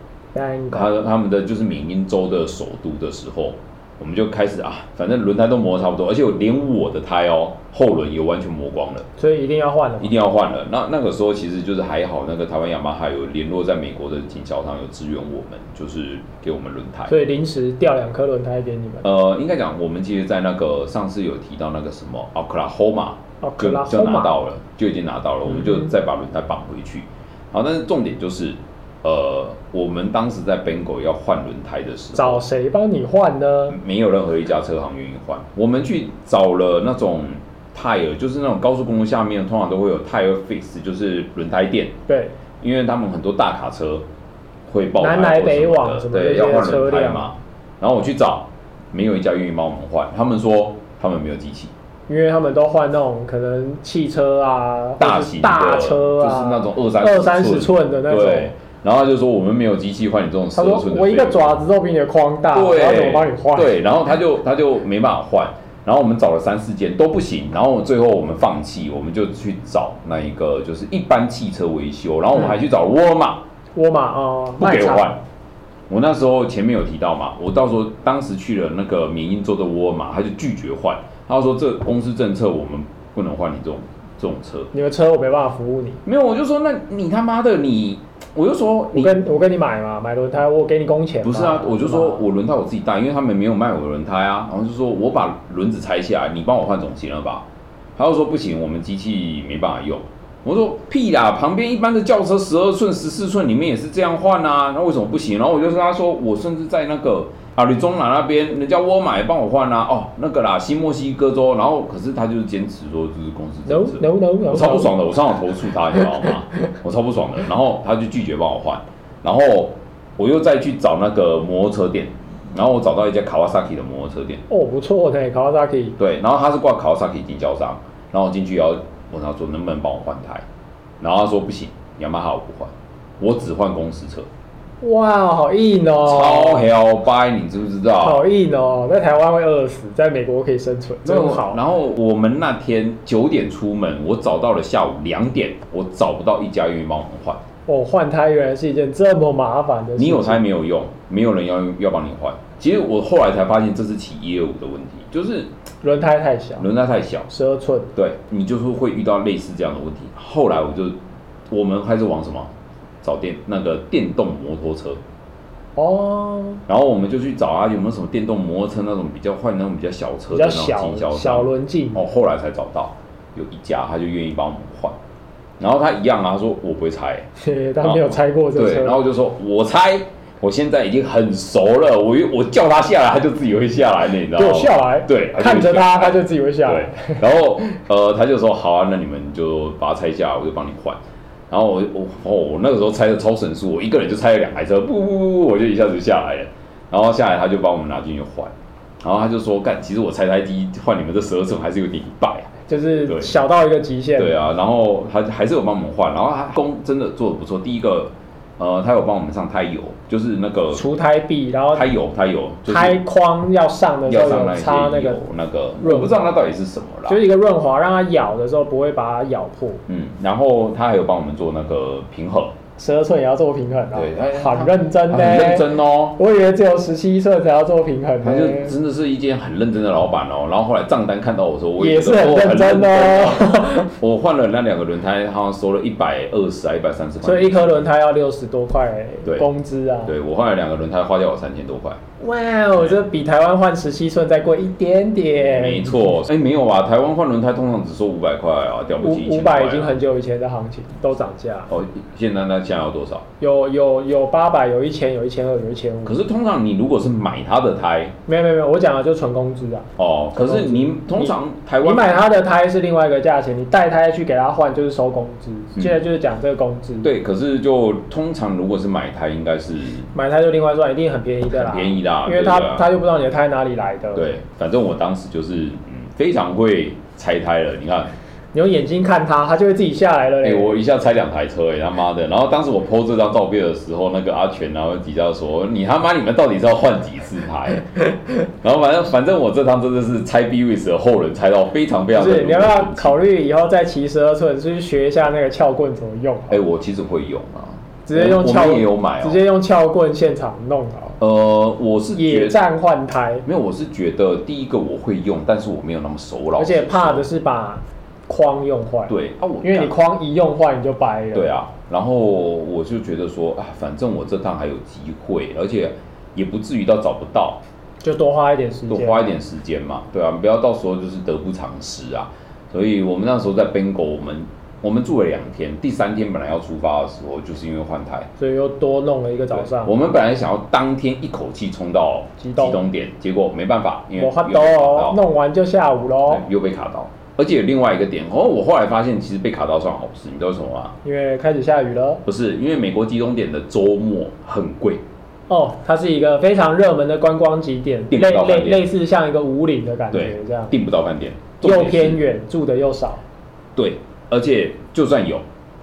Bangor， 他们的就是缅因州的首都的时候，我们就开始反正轮胎都磨得差不多，而且连我的胎后轮也完全磨光了， 所以一定要换了。 那个时候其实就是还好，那个台湾雅马哈有联络在美国的经销商有支援我们，就是给我们轮胎， 所以临时调2颗轮胎给你们。 应该讲我们其实，在那个上次有提到那个什么 Oklahoma 就拿到了，就已经拿到了，我们就再把轮胎绑回去。好，但是重点就是我们当时在 Bangor 要换轮胎的时候， 找谁帮你换呢？ 没有任何一家车行愿意换。我们去找了那种 tire， 就是那种高速公路下面通常都会有 tire fix， 就是轮胎店。 对， 因为他们很多大卡车会爆胎南来北往什么对，要换轮胎嘛。然后我去找，没有一家愿意帮我们换。他们说他们没有机器。 因为他们都换那种可能汽车啊， 大型的大车啊， 就是那种20-30寸的那种。 对， 然后他就说我们没有机器换你这种12寸的废物。 我一个爪子都比你的框大，我要怎么帮你换？ 对，然后他就没办法换。然后我们找了3、4间都不行，然后最后我们放弃，我们就去找那一个就是一般汽车维修，然后我们还去找沃尔玛不给我换。我那时候前面有提到嘛，我到时候当时去了那个缅因州的沃尔玛，他就拒绝换，他说这公司政策我们不能换你这种车， 你的车我没办法服务你。 没有，我就说那你他妈的你。我就说我跟你买嘛，买轮胎，我给你工钱。 不是啊，我就说我轮胎我自己带，因为他们没有卖我的轮胎啊。然后就说我把轮子拆下来，你帮我换总行了吧？他就说不行，我们机器没办法用。我说屁啦，旁边一般的轿车12寸、14寸里面也是这样换啊，那为什么不行？然后我就跟他说，我甚至在那个阿里中南那边，人家沃尔玛也帮我换啊。哦，那个啦，新墨西哥州，然后可是他就是坚持说这是公司政策。 No， 我超不爽的，我上网投诉他，你知道吗？我超不爽的，然后他就拒绝帮我换，然后我又再去找那个摩托车店，然后我找到一家 Kawasaki 的摩托车店。 哦，不错呢 ，Kawasaki。 对，然后他是挂 Kawasaki 经销商，然后我进去要问他说能不能帮我换胎，然后他说不行，Yamaha我不换，我只换公司车。 哇，好硬哦！ 超hell掰，你知不知道？ 好硬哦，在台湾会饿死，在美国可以生存，真好。 然后我们那天9点出门，我找到了下午2点，我找不到一家愿意帮我们换。 哦，换胎原来是一件这么麻烦的事情。 你有胎没有用，没有人要帮你换。其实我后来才发现这是起业务的问题，就是轮胎太小，12寸， 对，你就是会遇到类似这样的问题。后来我们开始往什么？找那个电动摩托车哦，然后我们就去找有没有什么电动摩托车那种比较换那种比较小车的那种经销商， 小轮径哦，后来才找到有一家，他就愿意帮我们换，然后他一样啊，他说我不会拆， 他没有拆过这车， 对，然后就说我拆，我现在已经很熟了，我叫他下来，他就自己会下来，你知道吗？ 给我下来， 对， 看着他就自己会下来， 然后他就说好啊，那你们就把它拆下来，我就帮你换。然后我那个时候拆的超神速，我一个人就拆了2台车，不，我就一下子就下来了。然后下来他就帮我们拿进去换，然后他就说干，其实我拆胎机换你们这12寸还是有点一败， 就是小到一个极限。 对啊，然后他还是有帮我们换，然后他工真的做的不错。第一个他有帮我们上胎油，就是那个除胎壁，然后胎油， 胎框要上的时候有擦那个我不知道那到底是什么啦， 就是一个润滑，让它咬的时候不会把它咬破。 然后他还有帮我们做那个平衡。 12寸也要做平衡啊， 对， 很认真呢， 很认真哦。 我以为只有17寸才要做平衡， 他就真的是一间很认真的老板哦。然后后来账单看到我说，我也是很认真哦。 我换了那2个轮胎，好像收了120还130块， 所以一颗轮胎要60多块工资啊。 对，我换了2个轮胎，花掉我3000多块。 哇，我这比台湾换17寸再贵一点点。 没错，没有啊，台湾换轮胎通常只收500块啊，了不起 500已经很久以前的行情，都涨价。 哦，现在要多少？ 有800，有1000，有1200，有1500。 可是通常你如果是买他的胎， 没有，我讲的就纯工资啊。 哦，可是你通常台湾你买他的胎是另外一个价钱，你带胎去给他换就是收工资。现在就是讲这个工资。 对，可是就通常如果是买胎，应该是买胎就另外算，一定很便宜的啦。 很便宜啦， 因为他就不知道你的胎哪里来的。 对，反正我当时就是非常会拆胎了，你看。 你用眼睛看他就会自己下来了。 我一下拆2台车，他妈的！然后当时我 po 这张照片的时候，那个阿全然后底下说：“你他妈你们到底是要换几次胎？”然后反正我这趟真的是拆 BWS 的后轮拆到非常非常的。 是，你要不要考虑以后再骑12寸，去学一下那个撬棍怎么用？ 我其实会用啊， 直接用撬， 我也有买， 直接用撬棍现场弄好。 我是野战换胎， 没有，我是觉得第一个我会用，但是我没有那么熟了， 而且怕的是把框用坏。 对啊， 因为你框一用坏你就掰了。 对啊，然后我就觉得说反正我这趟还有机会，而且也不至于到找不到， 就多花一点时间嘛，对啊，不要到时候就是得不偿失啊。所以我们那时候在 Bengal，我们住了2天，第3天本来要出发的时候，就是因为换胎， 所以又多弄了一个早上。 我们本来想要当天一口气冲到集中点，结果没办法，因为弄完就下午咯， 又被卡到。而且有另外一个点我后来发现其实被卡到算好事，你知道为什么吗？ 因为开始下雨了。 不是，因为美国集中点的周末很贵。 它是一个非常热门的观光景点，类似像一个武岭的感觉这样。 订不到饭店， 又偏远，住的又少。 对，而且就算有，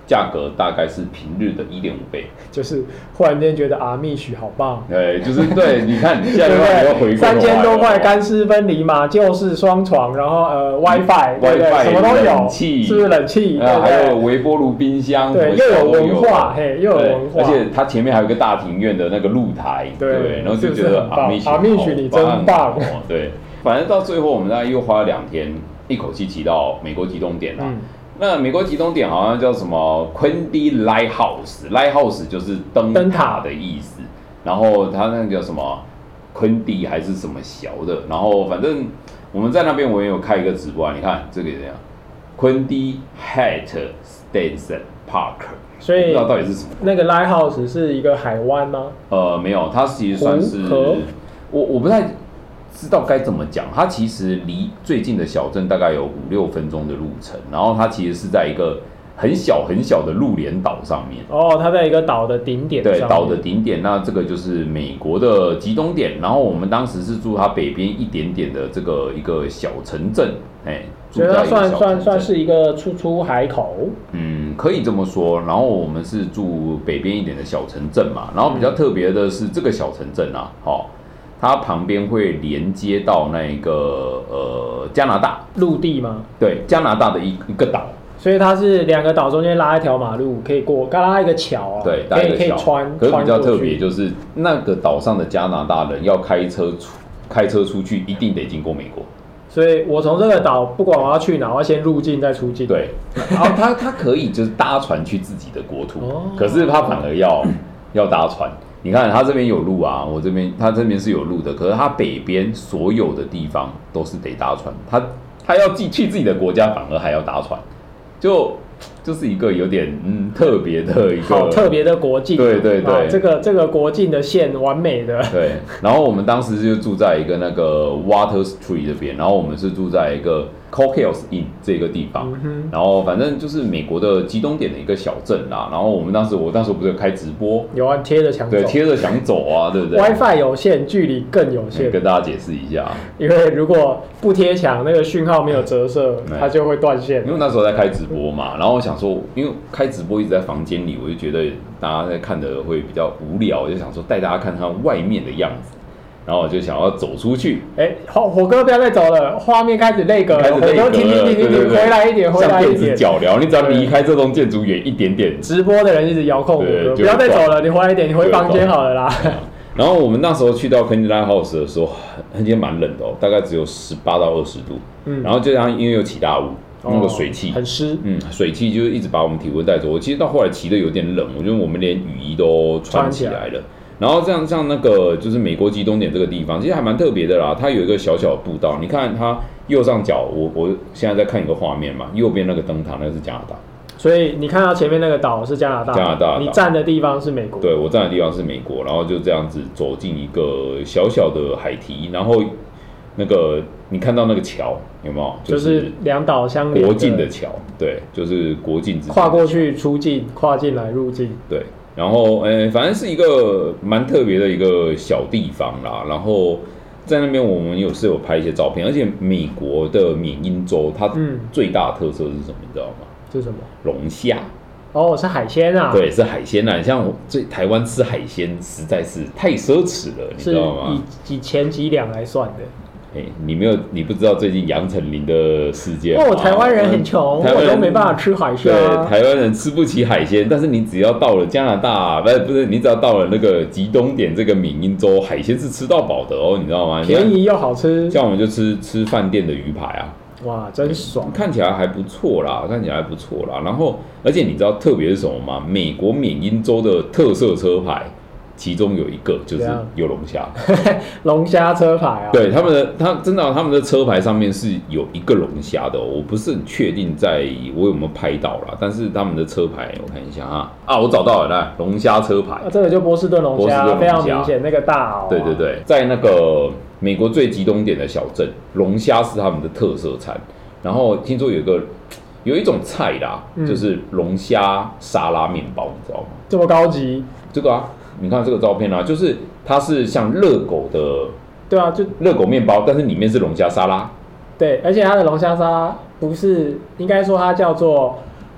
价格大概是平日的1.5倍， 就是忽然间觉得Amish好棒， 对，就是对，你看你现在又要回 3000多块干湿分离嘛，就是双床，然后WiFi， 对不对？什么都有， 冷气是不是冷气？ 还有微波炉、冰箱， 对，又有文化，嘿，又有文化， 而且它前面还有一个大庭院的那个露台，对，然后就觉得 Amish你真棒， 对，反正到最后我们大概又花了2天，一口气骑到美国极东点啦。那美国极东点好像叫什么 Quindy Lighthouse 就是灯塔的意思，然后它那个叫什么 Quindy 还是什么小的，然后反正我们在那边我也有开一个直播，你看这个怎样 Quindy Hat Station Park， 所以不知道到底是什么。 那个 Lighthouse 是一个海湾吗？ 没有，它其实算是我不太知道该怎么讲，它其实离最近的小镇大概有5-6分钟的路程，然后它其实是在一个很小很小的陆连岛上面。 哦，它在一个岛的顶点上面。 对，岛的顶点，那这个就是美国的极东点。然后我们当时是住它北边一点点的这个一个小城镇， 所以它算是一个出海口。 可以这么说。然后我们是住北边一点的小城镇嘛，然后比较特别的是这个小城镇啊，它旁边会连接到那个加拿大陆地吗？ 对，加拿大的一个岛， 所以它是2个岛中间拉一条马路，可以过，拉一个桥啊， 对， 可以穿。 可是比较特别就是那个岛上的加拿大人要开车出去，一定得经过美国。 所以我从这个岛，不管我要去哪，我要先入境再出境。 对，然后他可以就是搭船去自己的国土，可是他反而要搭船。你看他这边有路啊，他这边是有路的，可是他北边所有的地方都是得搭船，他要去自己的国家，反而还要搭船，就是一个有点特别的一个好特别的国境。 对对对， 这个国境的线完美的。 对，然后我们当时就住在一个那个 Water Street 这边，然后我们是住在一个 Cock Hills Inn 这个地方，然后反正就是美国的极东点的一个小镇啦。然后我当时不是有开直播， 有啊，贴着墙走， 对，贴着墙走啊，对不对 ？WiFi 有线，距离更有限。 跟大家解释一下， 因为如果不贴墙，那个讯号没有折射，它就会断线。 因为那时候在开直播嘛，然后我想说，因为开直播一直在房间里，我就觉得大家在看的会比较无聊，我就想说带大家看它外面的样子。然后我就想要走出去， 火哥不要再走了，画面开始累格了，火哥停，回来一点， 像电子脚镣，你只要离开这栋建筑远一点点， 直播的人一直遥控火哥，不要再走了，你回来一点，你回房间好了啦。 然后我们那时候去到 Quindy Lighthouse 的时候，今天蛮冷的大概只有18到20度，然后就像因为有起大雾，那个水汽很湿， 水汽就一直把我们体温带走。我其实到后来骑的有点冷，我觉得我们连雨衣都穿起来了。然后这样像那个就是美国极东点这个地方，其实还蛮特别的啦。它有一个小小的步道，你看它右上角，我现在在看一个画面嘛，右边那个灯塔那个是加拿大， 所以你看到前面那个岛是加拿大，你站的地方是美国。 对，我站的地方是美国，然后就这样子走进一个小小的海堤，然后那个你看到那个桥有没有？ 就是两岛相连国境的桥，对，就是国境之间跨过去出境，跨进来入境， 对。然后，反正是一个蛮特别的一个小地方啦。然后在那边我们有拍一些照片，而且美国的缅因州它最大的特色是什么？你知道吗？ 是什么？ 龙虾。 哦，是海鲜啊。 对，是海鲜啊。像台湾吃海鲜实在是太奢侈了，你知道吗？ 是以钱几两来算的。 你不知道最近杨丞琳的事件台湾人很穷，我都没办法吃海鲜。 对，台湾人吃不起海鲜，但是你只要到了加拿大，不是你只要到了那个极东点这个缅因州，海鲜是吃到饱的你知道吗？ 便宜又好吃。 像我们就吃饭店的鱼排啊， 哇，真爽！ 看起来还不错啦。然后，而且你知道特别是什么吗？美国缅因州的特色车牌。其中有一个就是有龙虾， 龙虾车牌啊。 对，他们的车牌上面是有一个龙虾的我不是很确定我有没有拍到啦，但是他们的车牌我看一下我找到了，来龙虾车牌， 这个就波士顿龙虾，非常明显那个大对，在那个美国最极东点的小镇，龙虾是他们的特色餐。然后听说有一种菜啦，就是龙虾沙拉面包，你知道吗？ 这么高级？ 这个你看这个照片就是它是像热狗的， 对啊，就热狗面包，但是里面是龙虾沙拉。 对，而且它的龙虾沙拉不是，应该说它叫做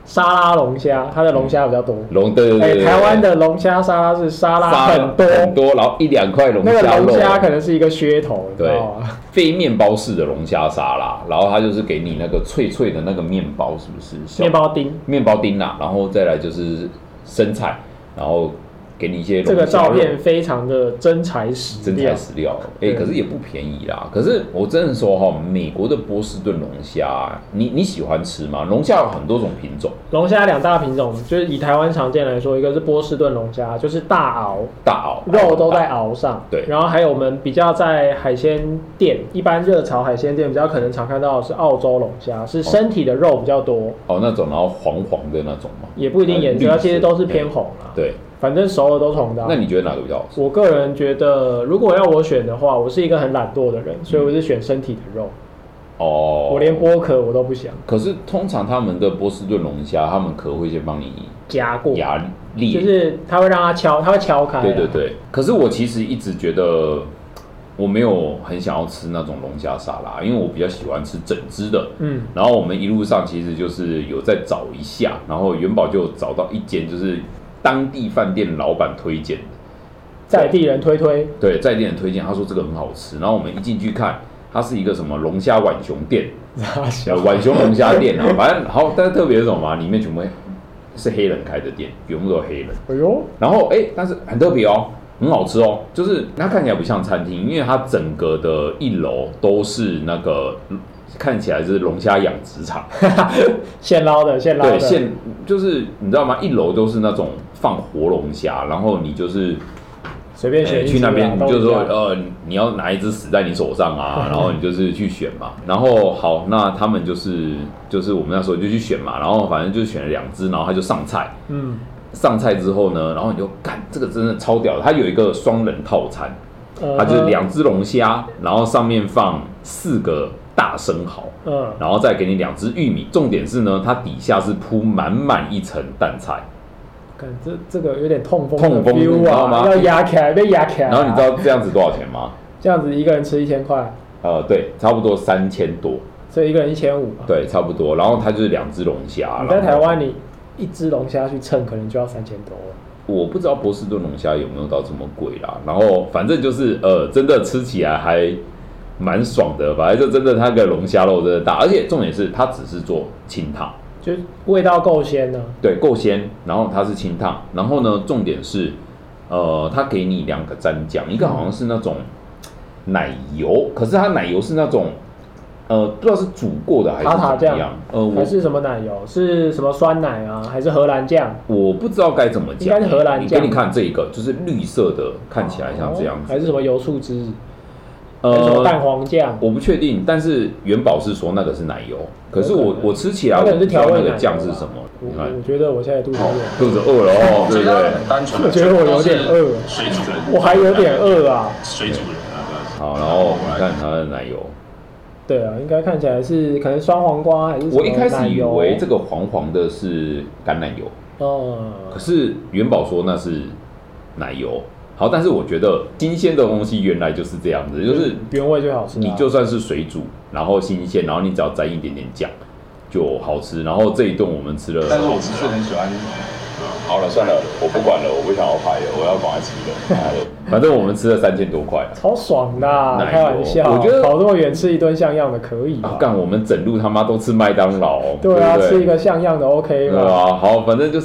沙拉龙虾，它的龙虾比较多。 对， 台湾的龙虾沙拉是沙拉很多，然后1-2块龙虾肉， 那个龙虾可能是一个噱头，你知道吗？ 非面包式的龙虾沙拉，然后它就是给你那个脆脆的那个面包，是不是？面包丁啊，然后再来就是生菜，然后给你一些龙虾肉。 这个照片非常的真材实料，可是也不便宜啦。可是我真的说哈，美国的波士顿龙虾，你喜欢吃吗？龙虾有很多种品种， 龙虾2大品种，就是以台湾常见来说，一个是波士顿龙虾，就是大螯，肉都在螯上， 对。 然后还有我们比较在海鲜店，一般热炒海鲜店比较可能常看到的是澳洲龙虾，是身体的肉比较多， 那种，然后黄黄的那种吗？ 也不一定颜色，它其实都是偏红啦， 对。 反正熟了都是红的。 那你觉得哪个比较好吃？ 我个人觉得，如果要我选的话，我是一个很懒惰的人，所以我是选身体的肉。我连剥壳我都不想。 可是通常他们的波士顿龙虾，他们壳会先帮你夹过， 压裂， 就是他会让它敲，他会敲开。 对。可是我其实一直觉得我没有很想要吃那种龙虾沙拉，因为我比较喜欢吃整只的。然后我们一路上其实就是有在找一下，然后元宝就找到一间就是当地饭店老板推荐的， 在地人推， 对，在地人推荐，他说这个很好吃。然后我们一进去看，它是一个什么龙虾浣熊店，浣熊龙虾店啊，反正好，但是特别是什么嘛，里面全部是黑人开的店，全部都黑人。 哎呦， 然后但是很特别哦，很好吃哦，就是它看起来不像餐厅，因为它整个的1楼都是那个。看起来是龙虾养殖场， 现捞的， 对，就是你知道吗？1楼都是那种放活龙虾，然后你就是随便选去那边，你就说你要哪一只死在你手上啊，然后你就是去选嘛。然后好，那他们就是我们那时候就去选嘛，然后反正就选了2只，然后他就上菜。上菜之后呢，然后你就干，这个真的超屌的，它有一个双人套餐，它就是2只龙虾，然后上面放4个。大生蚝，然后再给你2只玉米，重点是呢，它底下是铺满一层蛋菜。 这个有点痛风你知道吗？ 要压起来，被压起来。 然后你知道这样子多少钱吗？ 这样子一个人吃1000块。 对，差不多3000多。 所以一个人1500。 对，差不多。然后它就是2只龙虾。 你在台湾，你1只龙虾去称，可能就要3000多了。 我不知道波士顿龙虾有没有到这么贵啦。然后反正就是真的吃起来还。蛮爽的，反正就真的它的龙虾肉真的大，而且重点是它只是做清烫， 就味道够鲜呢。 对，够鲜。然后它是清烫，然后呢，重点是它给你2个蘸酱，一个好像是那种奶油，可是它奶油是那种不知道是煮过的还是怎么样， 还是什么奶油？是什么酸奶啊？还是荷兰酱？ 我不知道该怎么讲， 应该是荷兰酱。 给你看这一个，就是绿色的，看起来像这样子， 还是什么油醋汁？蛋黄酱， 我不确定，但是元宝是说那个是奶油，可是我吃起来我不知道那个酱是什么。 我觉得我现在肚子饿了哦，对不对？ 我觉得我有点饿，我还有点饿啊。 水煮人好，然后你看它的奶油， 对啊，应该看起来是可能酸黄瓜还是什么？ 我一开始以为这个黄黄的是橄榄油可是元宝说那是奶油。好，但是我觉得新鲜的东西原来就是这样子，就是原味就好吃。 你就算是水煮，然后新鲜，然后你只要沾一点点酱，就好吃。然后这一顿我们吃了， 但是我不是很喜欢。 好了，算了，我不管了，我不想要拍了，我要赶快吃了。反正我们吃了3000多块， 超爽的，开玩笑。 我觉得跑这么远吃一顿像样的可以吧？ 干，我们整路他妈都吃麦当劳。 对啊，吃一个像样的 OK 嘛。 对啊，好，反正就是。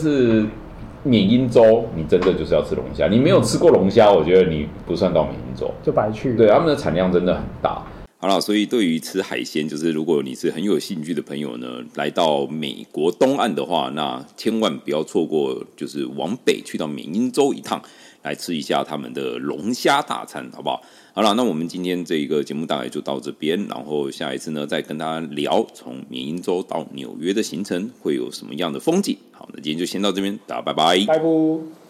缅因州，你真的就是要吃龙虾。你没有吃过龙虾，我觉得你不算到缅因州， 就白去。 对，他们的产量真的很大。好了，所以对于吃海鲜，就是如果你是很有兴趣的朋友呢，来到美国东岸的话，那千万不要错过，就是往北去到缅因州一趟，来吃一下他们的龙虾大餐，好不好？好了，那我们今天这个节目大概就到这边，然后下一次呢，再跟大家聊从缅因州到纽约的行程会有什么样的风景。好，那今天就先到这边，大家拜拜， 拜拜。